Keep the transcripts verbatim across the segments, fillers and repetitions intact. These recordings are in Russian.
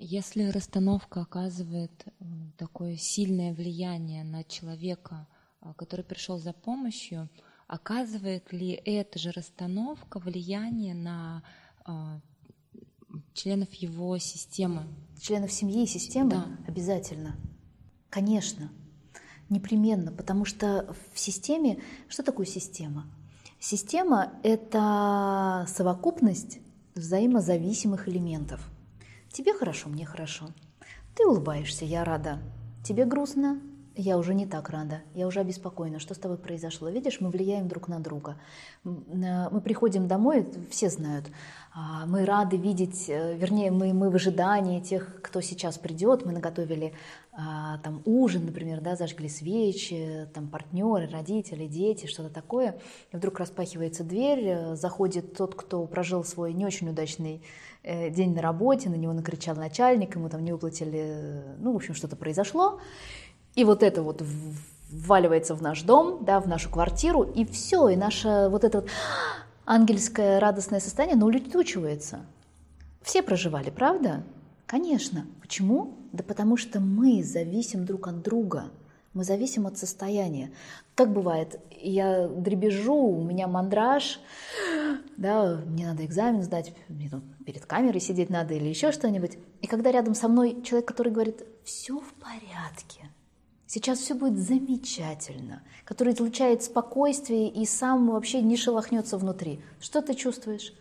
Если расстановка оказывает такое сильное влияние на человека, который пришел за помощью, оказывает ли эта же расстановка влияние на членов его системы? Членов семьи и системы? Да. Обязательно. Конечно. Непременно. Потому что в системе... Что такое система? Система — это совокупность взаимозависимых элементов. Тебе хорошо, мне хорошо. Ты улыбаешься, я рада. Тебе грустно, я уже не так рада. Я уже обеспокоена, что с тобой произошло. Видишь, мы влияем друг на друга. Мы приходим домой, все знают, мы рады видеть, вернее, мы, мы в ожидании тех, кто сейчас придет. Мы наготовили там ужин, например, да, зажгли свечи, там партнеры, родители, дети, что-то такое. И вдруг распахивается дверь, заходит тот, кто прожил свой не очень удачный день на работе, на него накричал начальник, ему там не выплатили, ну, в общем, что-то произошло. И вот это вот вваливается в наш дом, да, в нашу квартиру, и все, и наше вот это вот ангельское радостное состояние, оно улетучивается. Все проживали, правда? Конечно. Почему? Да потому что мы зависим друг от друга. Мы зависим от состояния. Как бывает, я дребезжу, у меня мандраж, да, мне надо экзамен сдать, мне тут перед камерой сидеть надо или еще что-нибудь. И когда рядом со мной человек, который говорит: все в порядке, сейчас все будет замечательно, который излучает спокойствие и сам вообще не шелохнется внутри. Что ты чувствуешь?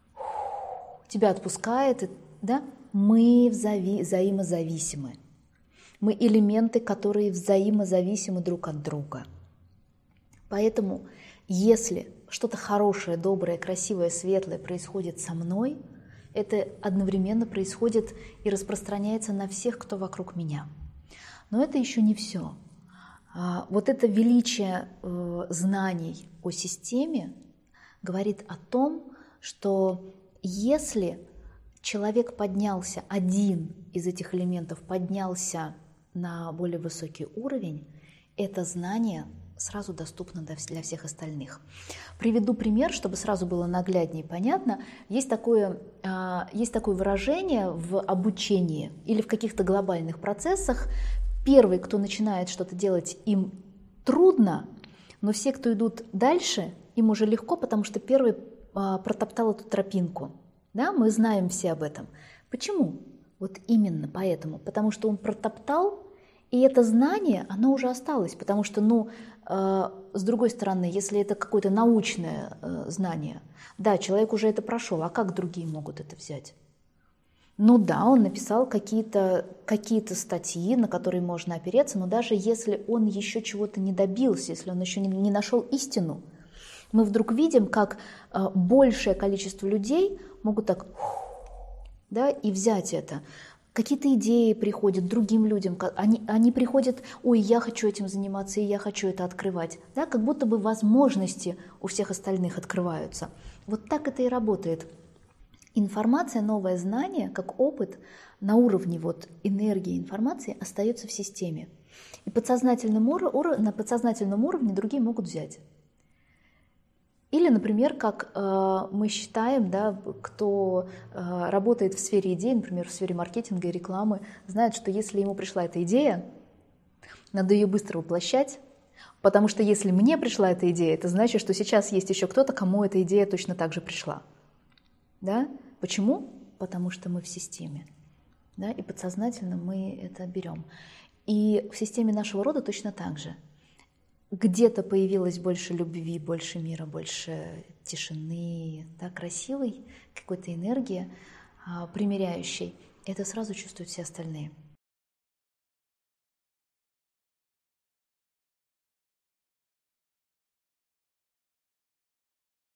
Тебя отпускает, да? Мы взави- взаимозависимы. Мы элементы, которые взаимозависимы друг от друга. Поэтому, если что-то хорошее, доброе, красивое, светлое происходит со мной, это одновременно происходит и распространяется на всех, кто вокруг меня. Но это еще не все. Вот это величие знаний о системе говорит о том, что если человек поднялся, один из этих элементов поднялся на более высокий уровень, это знание сразу доступно для всех остальных. Приведу пример, чтобы сразу было нагляднее и понятно. Есть такое, есть такое выражение в обучении или в каких-то глобальных процессах. Первый, кто начинает что-то делать, им трудно, но все, кто идут дальше, им уже легко, потому что первый протоптал эту тропинку. Да, мы знаем все об этом. Почему? Вот именно поэтому. Потому что он протоптал, и это знание, оно уже осталось. Потому что, ну, э, с другой стороны, если это какое-то научное э, знание, да, человек уже это прошел, а как другие могут это взять? Ну да, он написал какие-то, какие-то статьи, на которые можно опереться, но даже если он еще чего-то не добился, если он еще не, не нашел истину, мы вдруг видим, как э, большее количество людей могут так, да, и взять это. Какие-то идеи приходят другим людям, они, они приходят: ой, я хочу этим заниматься, и я хочу это открывать. Да, как будто бы возможности у всех остальных открываются. Вот так это и работает. Информация, новое знание, как опыт на уровне вот энергии информации остается в системе. И подсознательным уро- уро- на подсознательном уровне другие могут взять. Или, например, как э, мы считаем, да, кто э, работает в сфере идей, например, в сфере маркетинга и рекламы, знает, что если ему пришла эта идея, надо ее быстро воплощать, потому что если мне пришла эта идея, это значит, что сейчас есть еще кто-то, кому эта идея точно так же пришла. Да? Почему? Потому что мы в системе, да, и подсознательно мы это берем. И в системе нашего рода точно так же. Где-то появилось больше любви, больше мира, больше тишины, да, красивой какой-то энергии, а, примиряющей. Это сразу чувствуют все остальные.